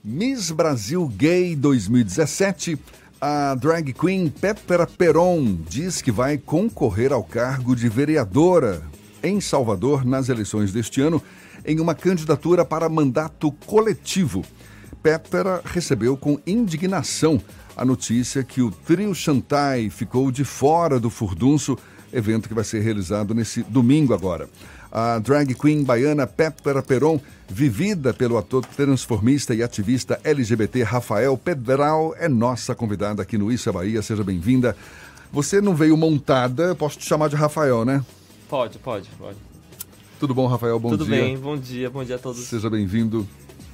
Miss Brasil Gay 2017, a drag queen Pétera Peron diz que vai concorrer ao cargo de vereadora em Salvador nas eleições deste ano em uma candidatura para mandato coletivo. Pétera recebeu com indignação a notícia que o trio Chantai ficou de fora do Furdunço, evento que vai ser realizado nesse domingo agora. A drag queen baiana Pétera Peron, vivida pelo ator transformista e ativista LGBT Rafael Pedral, é nossa convidada aqui no Isso é Bahia. Seja bem-vinda. Você não veio montada, posso te chamar de Rafael, né? Pode. Tudo bom, Rafael? Bom dia. Tudo bem, bom dia a todos. Seja bem-vindo.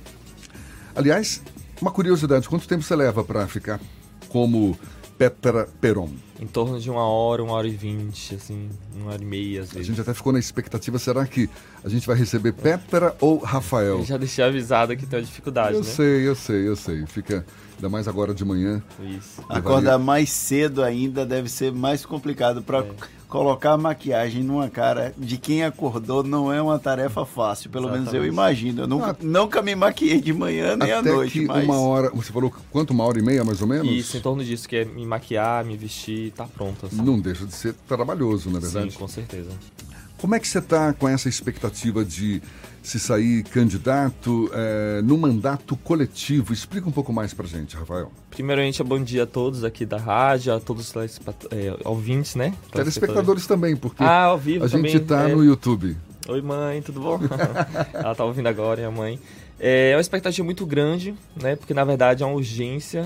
Aliás, uma curiosidade, quanto tempo você leva para ficar como Pétera Peron? Em torno de 1h e 20, assim, 1h30 às vezes. A gente até ficou na expectativa, será que a gente vai receber Pétera ou Rafael? Eu já deixei avisado que tem uma dificuldade, Eu sei. Fica, ainda mais agora de manhã. Isso. Acordar mais cedo ainda deve ser mais complicado para colocar maquiagem numa cara de quem acordou não é uma tarefa fácil, pelo menos eu imagino. Eu nunca me maquiei de manhã nem à noite. Até que uma hora, você falou quanto? 1h30 mais ou menos? Isso, em torno disso, que é me maquiar, me vestir, tá pronto. Assim. Não deixa de ser trabalhoso, na verdade. Sim, com certeza. Como é que você está com essa expectativa de se sair candidato no mandato coletivo? Explica um pouco mais pra gente, Rafael. Primeiramente, bom dia a todos aqui da rádio, a todos os ouvintes, né? Telespectadores também, porque ao vivo a gente está no YouTube. Oi, mãe, tudo bom? Ela tá ouvindo agora, minha mãe. É uma expectativa muito grande, né? Porque, na verdade, é uma urgência.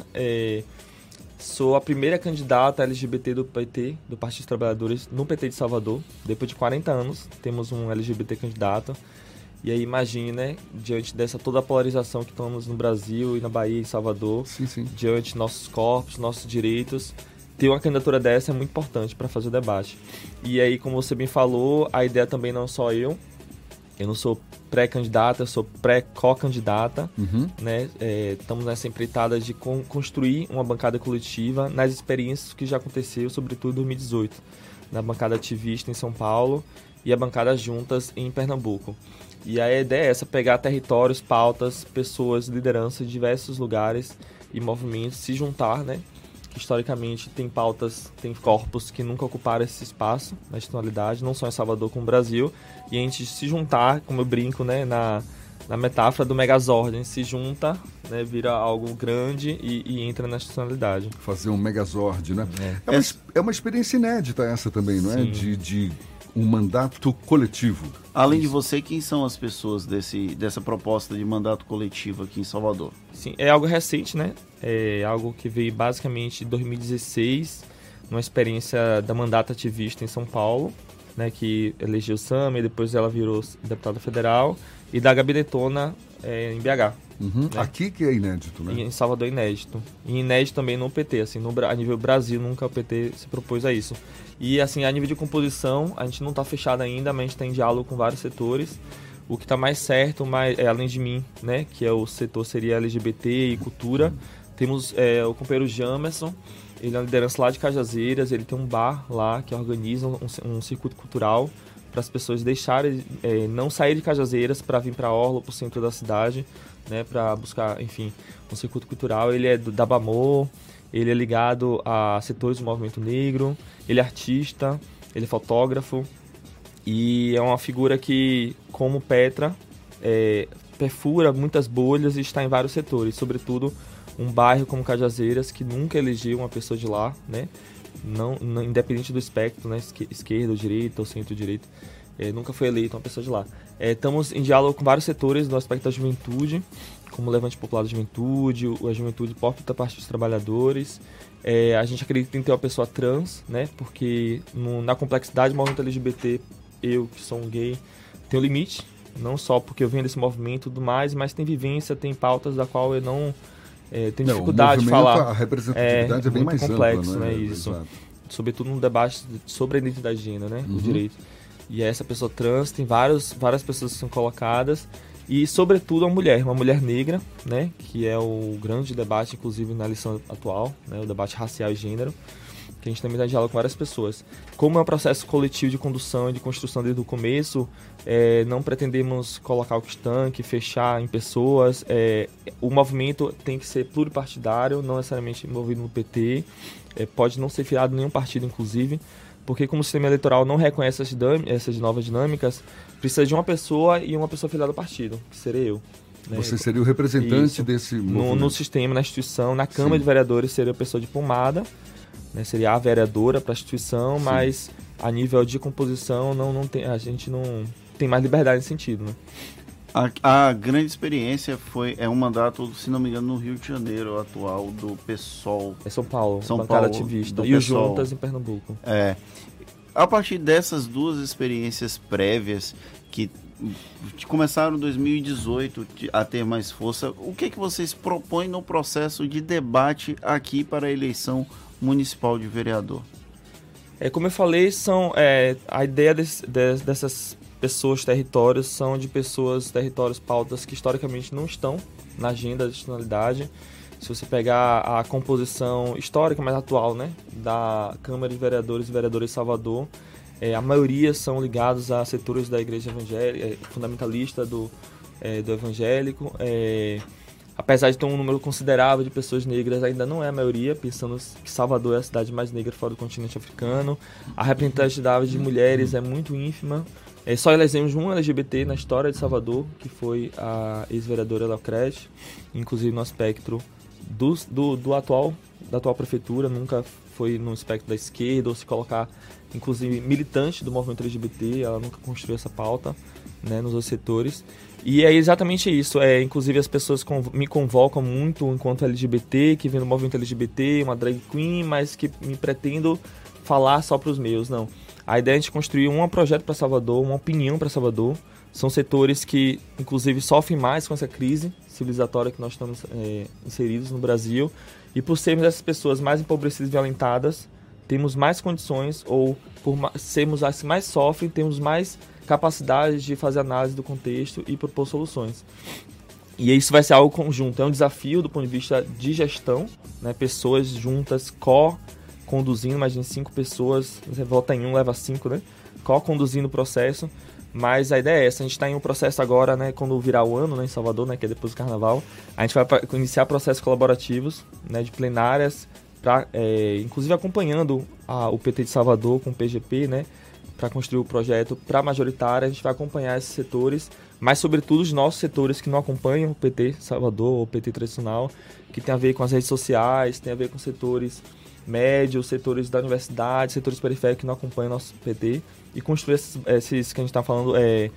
Sou a primeira candidata LGBT do PT, do Partido dos Trabalhadores, no PT de Salvador. Depois de 40 anos, temos um LGBT candidato. E aí, imagine, né, diante dessa toda a polarização que estamos no Brasil e na Bahia e Salvador, sim. diante de nossos corpos, nossos direitos, ter uma candidatura dessa é muito importante para fazer o debate. E aí, como você bem falou, a ideia também não é só eu não sou pré-candidata, eu sou pré-co-candidata, né? Estamos nessa empreitada de construir uma bancada coletiva nas experiências que já aconteceu, sobretudo em 2018, na bancada ativista em São Paulo e a bancada juntas em Pernambuco. E a ideia é essa, pegar territórios, pautas, pessoas, lideranças de diversos lugares e movimentos, se juntar, né? Historicamente tem pautas, tem corpos que nunca ocuparam esse espaço na institucionalidade, não só em Salvador como no Brasil, e a gente se juntar, como eu brinco, né, na metáfora do Megazord, a gente se junta, né, vira algo grande e entra na institucionalidade. Fazer um Megazord, né? É uma experiência inédita essa também, não é? De um mandato coletivo. Além de você, quem são as pessoas dessa proposta de mandato coletivo aqui em Salvador? Sim, é algo recente, né? É algo que veio basicamente em 2016, numa experiência da mandata ativista em São Paulo, né, que elegeu Sami, depois ela virou deputada federal, e da Gabi Detona em BH. Né? Aqui que é inédito, né? Em Salvador é inédito. E inédito também no PT, assim, a nível Brasil nunca o PT se propôs a isso. E assim, a nível de composição, a gente não está fechado ainda, mas a gente está em diálogo com vários setores. O que está mais certo, além de mim, né, que é o setor seria LGBT e cultura, temos o companheiro Jamerson, ele é uma liderança lá de Cajazeiras, ele tem um bar lá que organiza um circuito cultural para as pessoas deixarem, não sair de Cajazeiras para vir para a Orla, para o centro da cidade, né, para buscar, enfim, um circuito cultural. Ele é da Bamor, ele é ligado a setores do movimento negro, ele é artista, ele é fotógrafo e é uma figura que, como Petra, perfura muitas bolhas e está em vários setores, sobretudo um bairro como Cajazeiras, que nunca elegeu uma pessoa de lá, né? Não, independente do espectro, né? Esquerda ou direita ou centro-direita, nunca foi eleita uma pessoa de lá. Estamos em diálogo com vários setores do aspecto da juventude, como o Levante Popular da Juventude, a Juventude Pop da Parte dos Trabalhadores. A gente acredita em ter uma pessoa trans, né? Porque na complexidade do movimento LGBT, eu, que sou um gay, tenho limite, não só porque eu venho desse movimento e tudo mais, mas tem vivência, tem pautas da qual eu não tenho dificuldade de falar. A representatividade é bem mais complexo, ampla, né? Isso. Exato. Sobretudo no debate sobre a identidade de gênero, né? O direito. E essa pessoa trans, tem várias pessoas que são colocadas, e sobretudo uma mulher negra, né? Que é o grande debate, inclusive na eleição atual, né? O debate racial e gênero, que a gente também está em diálogo com várias pessoas. Como é um processo coletivo de condução e de construção desde o começo, não pretendemos colocar o estanque, fechar em pessoas. O movimento tem que ser pluripartidário, não necessariamente envolvido no PT. Pode não ser filiado a nenhum partido, inclusive, porque como o sistema eleitoral não reconhece essas novas dinâmicas, precisa de uma pessoa e uma pessoa filiada ao partido, que seria eu. Né? Você seria o representante desse movimento? No sistema, na instituição, na Câmara de Vereadores seria a pessoa diplomada, né? Seria a vereadora para a instituição, mas a nível de composição a gente não tem mais liberdade nesse sentido. Né? A grande experiência é um mandato, se não me engano, no Rio de Janeiro atual, do PSOL. É São Paulo, bancada Paulo, ativista. E o Juntas em Pernambuco. A partir dessas duas experiências prévias que começaram em 2018 a ter mais força, o que vocês propõem no processo de debate aqui para a eleição municipal de vereador? Como eu falei, a ideia dessas pessoas, territórios, são de pessoas, territórios, pautas que historicamente não estão na agenda da institucionalidade. Se você pegar a composição histórica mais atual, né, da Câmara de Vereadores e Vereadoras de Salvador, a maioria são ligados a setores da igreja evangélica, fundamentalista do evangélico. Apesar de ter um número considerável de pessoas negras, ainda não é a maioria, pensando que Salvador é a cidade mais negra fora do continente africano. A representatividade de mulheres é muito ínfima. Só elegemos um LGBT na história de Salvador, que foi a ex-vereadora Laucrete, inclusive no aspecto da atual prefeitura, nunca foi no espectro da esquerda, ou se colocar, inclusive, militante do movimento LGBT, ela nunca construiu essa pauta, né, nos outros setores. E é exatamente isso, inclusive as pessoas me convocam muito enquanto LGBT, que vem do movimento LGBT, uma drag queen, mas que me pretendo falar só para os meus, não. A ideia é a gente construir um projeto para Salvador, uma opinião para Salvador. São setores que, inclusive, sofrem mais com essa crise civilizatória que nós estamos inseridos no Brasil. E por sermos essas pessoas mais empobrecidas e violentadas, temos mais condições, ou por sermos as que mais sofrem, temos mais capacidade de fazer análise do contexto e propor soluções. E isso vai ser algo conjunto. É um desafio do ponto de vista de gestão, né? Pessoas juntas, conduzindo, imagine 5 pessoas, você vota em um, leva 5, né? Conduzindo o processo. Mas a ideia é essa, a gente está em um processo agora, né, quando virar o ano, né, em Salvador, né, que é depois do Carnaval, a gente vai iniciar processos colaborativos, né, de plenárias, inclusive acompanhando o PT de Salvador com o PGP, né, para construir o projeto para a majoritária. A gente vai acompanhar esses setores, mas sobretudo os nossos setores que não acompanham o PT Salvador ou o PT tradicional, que tem a ver com as redes sociais, tem a ver com setores médios, setores da universidade, setores periféricos que não acompanham o nosso PT, e construir esses que a gente está falando,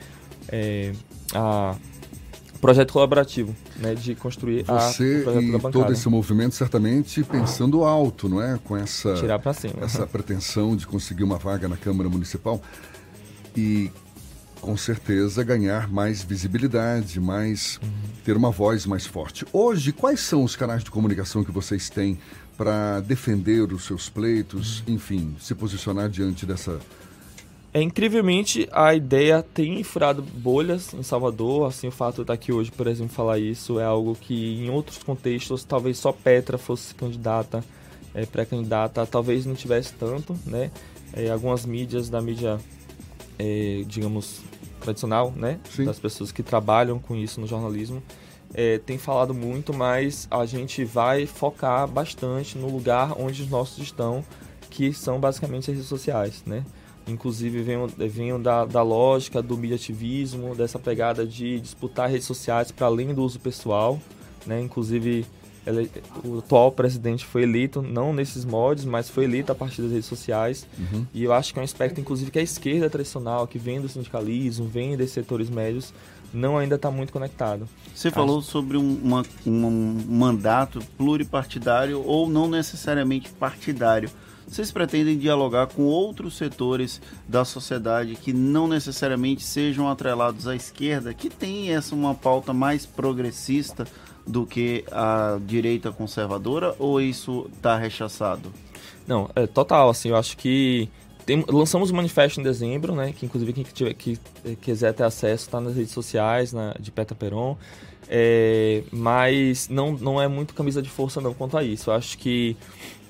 projeto colaborativo, né, de construir o projeto da bancada. Você e todo esse movimento certamente pensando alto, não é? Com essa, tirar para cima, essa pretensão de conseguir uma vaga na Câmara Municipal e com certeza ganhar mais visibilidade, ter uma voz mais forte. Hoje, quais são os canais de comunicação que vocês têm para defender os seus pleitos, enfim, se posicionar diante dessa... Incrivelmente, a ideia tem furado bolhas em Salvador. Assim, o fato de eu estar aqui hoje, por exemplo, falar isso é algo que em outros contextos talvez só Petra fosse candidata, pré-candidata, talvez não tivesse tanto, né? Algumas mídias, da mídia, digamos, tradicional, né? Sim. Das pessoas que trabalham com isso no jornalismo, tem falado muito, mas a gente vai focar bastante no lugar onde os nossos estão, que são basicamente as redes sociais, né? Inclusive venho da lógica do mediativismo, dessa pegada de disputar redes sociais para além do uso pessoal, né? Inclusive o atual presidente foi eleito não nesses moldes, mas foi eleito a partir das redes sociais. Uhum. E eu acho que é um aspecto, inclusive, que a esquerda tradicional, que vem do sindicalismo, vem desses setores médios, não ainda está muito conectado. Você falou sobre um mandato pluripartidário ou não necessariamente partidário. Vocês pretendem dialogar com outros setores da sociedade que não necessariamente sejam atrelados à esquerda, que tem uma pauta mais progressista do que a direita conservadora, ou isso está rechaçado? Não, total, assim, eu acho que lançamos um manifesto em dezembro, né, que inclusive quem quiser ter acesso está nas redes sociais, de Petra Peron, mas não é muito camisa de força não quanto a isso. Eu acho que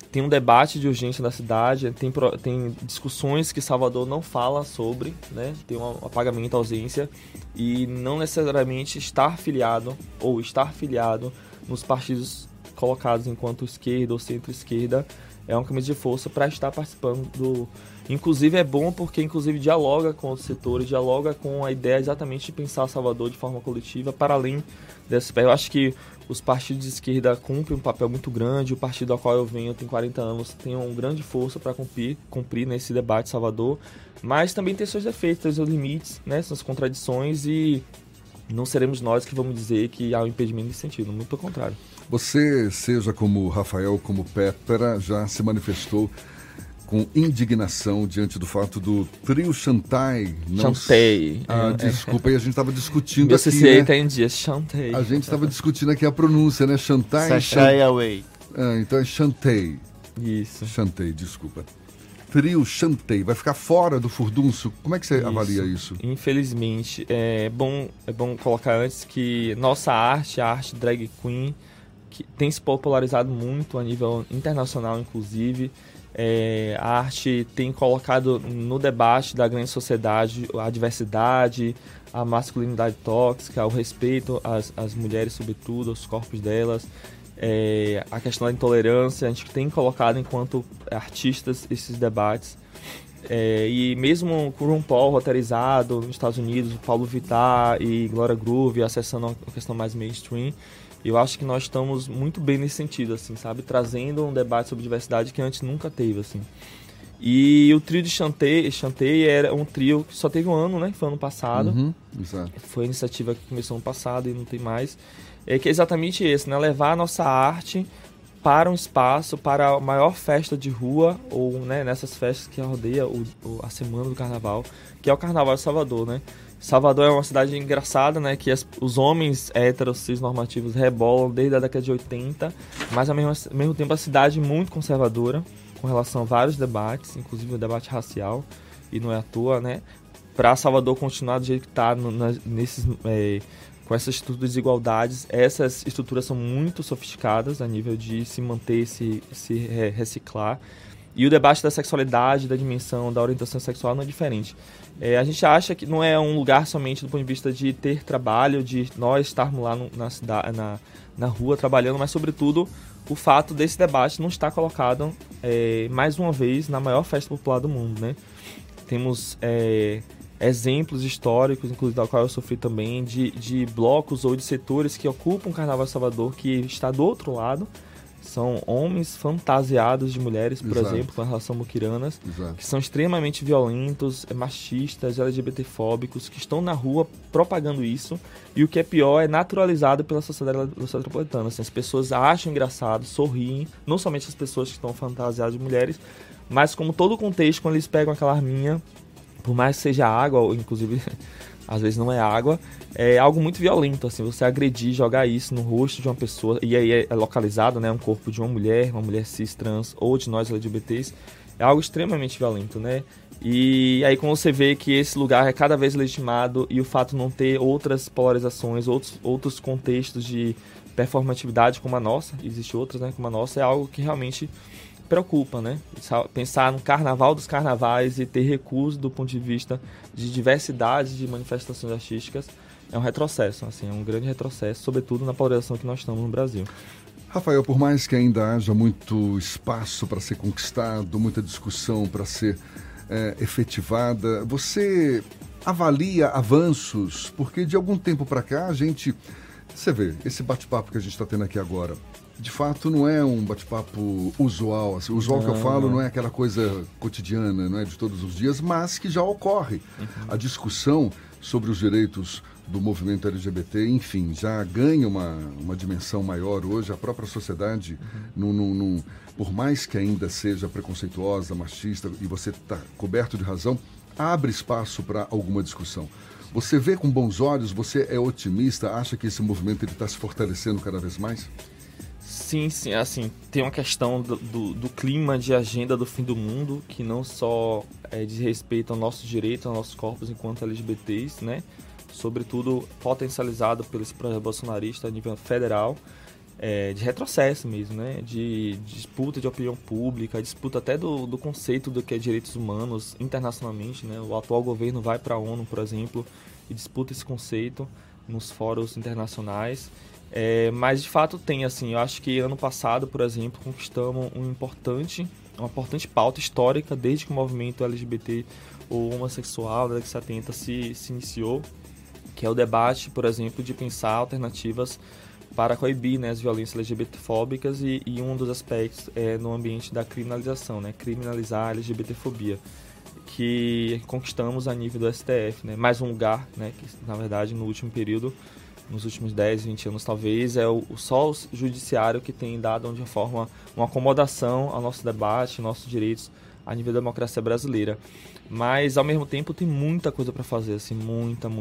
tem um debate de urgência na cidade, tem discussões que Salvador não fala sobre, né? Tem um apagamento, ausência, e não necessariamente estar filiado ou estar filiado nos partidos colocados enquanto esquerda ou centro-esquerda é uma camisa de força para estar participando do... Inclusive é bom porque inclusive dialoga com outros setores, dialoga com a ideia exatamente de pensar Salvador de forma coletiva para além desse pé. Eu acho que os partidos de esquerda cumprem um papel muito grande, o partido ao qual eu venho tem 40 anos, tem uma grande força para cumprir nesse debate em Salvador, mas também tem seus defeitos, tem seus limites, né, suas contradições, e não seremos nós que vamos dizer que há um impedimento nesse sentido, muito pelo contrário. Você, seja como Rafael, como Pétera, já se manifestou com indignação diante do fato do trio Chantay. Chantay. Desculpa, aí a gente estava discutindo aqui, né? Entendi, Chantay. A gente estava discutindo aqui a pronúncia, né? Chantay. Sashay Away. Então é Chantay. Isso. Chantay, desculpa. Trio Chantay vai ficar fora do furdunço? Como é que você avalia isso? Infelizmente, é bom colocar antes que nossa arte, a arte drag queen, que tem se popularizado muito a nível internacional, inclusive. A arte tem colocado no debate da grande sociedade a diversidade, a masculinidade tóxica, o respeito às mulheres, sobretudo, aos corpos delas, a questão da intolerância. A gente tem colocado enquanto artistas esses debates. E mesmo com o RuPaul roteirizado nos Estados Unidos, o Paulo Vittar e Gloria Groove acessando a questão mais mainstream, eu acho que nós estamos muito bem nesse sentido, assim, sabe? Trazendo um debate sobre diversidade que antes nunca teve, assim. E o trio de Chantay era um trio que só teve um ano, né? Foi ano passado. Exato. Foi a iniciativa que começou ano passado e não tem mais. Que é exatamente esse, né? Levar a nossa arte para um espaço, para a maior festa de rua, ou né, nessas festas que rodeia a semana do carnaval, que é o Carnaval de Salvador, né? Salvador é uma cidade engraçada, né, que os homens héteros, cisnormativos rebolam desde a década de 80, mas ao mesmo tempo a cidade é muito conservadora com relação a vários debates, inclusive o debate racial, e não é à toa, né, para Salvador continuar do jeito que está com essas estruturas de desigualdades. Essas estruturas são muito sofisticadas a nível de se manter, se reciclar. E o debate da sexualidade, da dimensão, da orientação sexual não é diferente. A gente acha que não é um lugar somente do ponto de vista de ter trabalho, de nós estarmos lá na rua trabalhando, mas sobretudo o fato desse debate não estar colocado mais uma vez na maior festa popular do mundo, né? Temos exemplos históricos, inclusive da qual eu sofri também, de blocos ou de setores que ocupam o Carnaval de Salvador, que está do outro lado. São homens fantasiados de mulheres, por exemplo, com relação muquiranas, que são extremamente violentos, machistas, LGBTfóbicos, que estão na rua propagando isso. E o que é pior, é naturalizado pela sociedade metropolitana. Assim, as pessoas acham engraçado, sorriem, não somente as pessoas que estão fantasiadas de mulheres, mas como todo o contexto, quando eles pegam aquela arminha, por mais que seja água, ou inclusive às vezes não é água, é algo muito violento, assim, você agredir, jogar isso no rosto de uma pessoa, e aí é localizado, né, um corpo de uma mulher cis, trans, ou de nós LGBTs, é algo extremamente violento, né, e aí quando você vê que esse lugar é cada vez legitimado, e o fato de não ter outras polarizações, outros contextos de performatividade como a nossa, existem outras, né, como a nossa, é algo que realmente preocupa, né? Pensar no carnaval dos carnavais e ter recurso do ponto de vista de diversidade de manifestações artísticas é um retrocesso, assim, é um grande retrocesso, sobretudo na polarização que nós estamos no Brasil. Rafael, por mais que ainda haja muito espaço para ser conquistado, muita discussão para ser efetivada, você avalia avanços? Porque de algum tempo para cá você vê, esse bate-papo que a gente está tendo aqui agora, de fato não é um bate-papo usual. Assim, usual que eu falo não é aquela coisa cotidiana, não é de todos os dias, mas que já ocorre. A discussão sobre os direitos do movimento LGBT, enfim, já ganha uma dimensão maior hoje. A própria sociedade, por mais que ainda seja preconceituosa, machista, e você está coberto de razão, abre espaço para alguma discussão. Você vê com bons olhos, você é otimista, acha que esse movimento está se fortalecendo cada vez mais? Sim, assim, tem uma questão do clima de agenda do fim do mundo, que não só diz respeito ao nosso direito, aos nossos corpos enquanto LGBTs, né? Sobretudo potencializado pelo projeto bolsonarista a nível federal. de retrocesso mesmo, né? De disputa de opinião pública, disputa até do conceito do que é direitos humanos internacionalmente, né? O atual governo vai para a ONU, por exemplo, e disputa esse conceito nos fóruns internacionais. Mas de fato tem, assim, eu acho que ano passado, por exemplo, conquistamos uma importante pauta histórica desde que o movimento LGBT ou homossexual da década de 70 se iniciou, que é o debate, por exemplo, de pensar alternativas para coibir, né, as violências LGBTfóbicas e um dos aspectos é no ambiente da criminalização, né, criminalizar a LGBTfobia, que conquistamos a nível do STF, né, mais um lugar, né, que na verdade no último período, nos últimos 10, 20 anos talvez, só o judiciário que tem dado de forma uma acomodação ao nosso debate, nossos direitos a nível da democracia brasileira. Mas, ao mesmo tempo, tem muita coisa para fazer, assim, muita.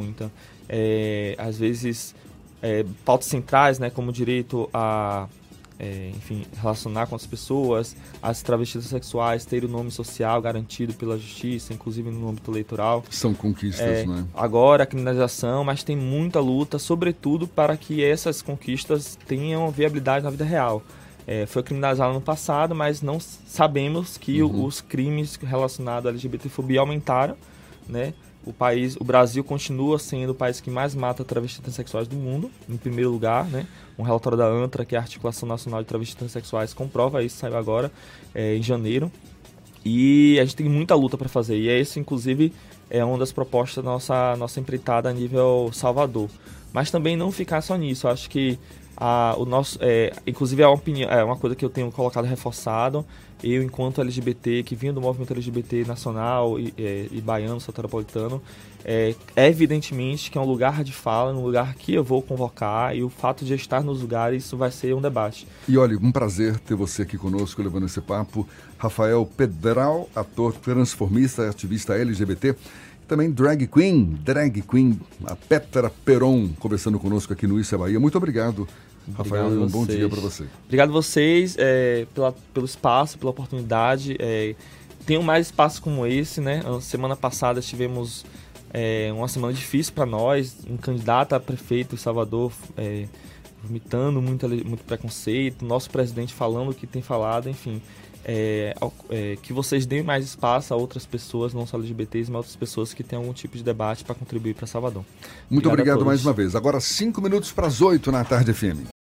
Às vezes, pautas centrais, né, como o direito a, enfim, relacionar com as pessoas, as travestis sexuais terem o nome social garantido pela justiça, inclusive no âmbito eleitoral. São conquistas, né? Agora, a criminalização, mas tem muita luta, sobretudo para que essas conquistas tenham viabilidade na vida real. Foi criminalizado no passado, mas não sabemos que os crimes relacionados à LGBTfobia aumentaram, né? O Brasil continua sendo o país que mais mata travestis transexuais do mundo, em primeiro lugar, né? Um relatório da ANTRA, que é a Articulação Nacional de Travestis Transexuais, comprova isso, saiu agora, em janeiro. E a gente tem muita luta para fazer, e isso, inclusive, é uma das propostas da nossa empreitada a nível Salvador. Mas também não ficar só nisso, eu acho que inclusive é uma coisa que eu tenho colocado reforçado, eu enquanto LGBT, que vinha do movimento LGBT nacional e baiano, soteropolitano, evidentemente que é um lugar de fala, um lugar que eu vou convocar, e o fato de estar nos lugares, isso vai ser um debate. E olha, um prazer ter você aqui conosco, levando esse papo. Rafael Pedral, ator transformista, ativista LGBT, também drag queen, a Pétera Peron, conversando conosco aqui no Isso é Bahia. Muito obrigado, Rafael, e um bom dia para você. Obrigado a vocês pelo espaço, pela oportunidade. Tenham mais espaços como esse, né? Semana passada tivemos uma semana difícil para nós, um candidato a prefeito em Salvador vomitando muito preconceito, nosso presidente falando o que tem falado, enfim. Que vocês deem mais espaço a outras pessoas, não só LGBTs, mas outras pessoas que têm algum tipo de debate para contribuir para Salvador. Muito obrigado mais uma vez. Agora 5 minutos para as 8 na tarde FM.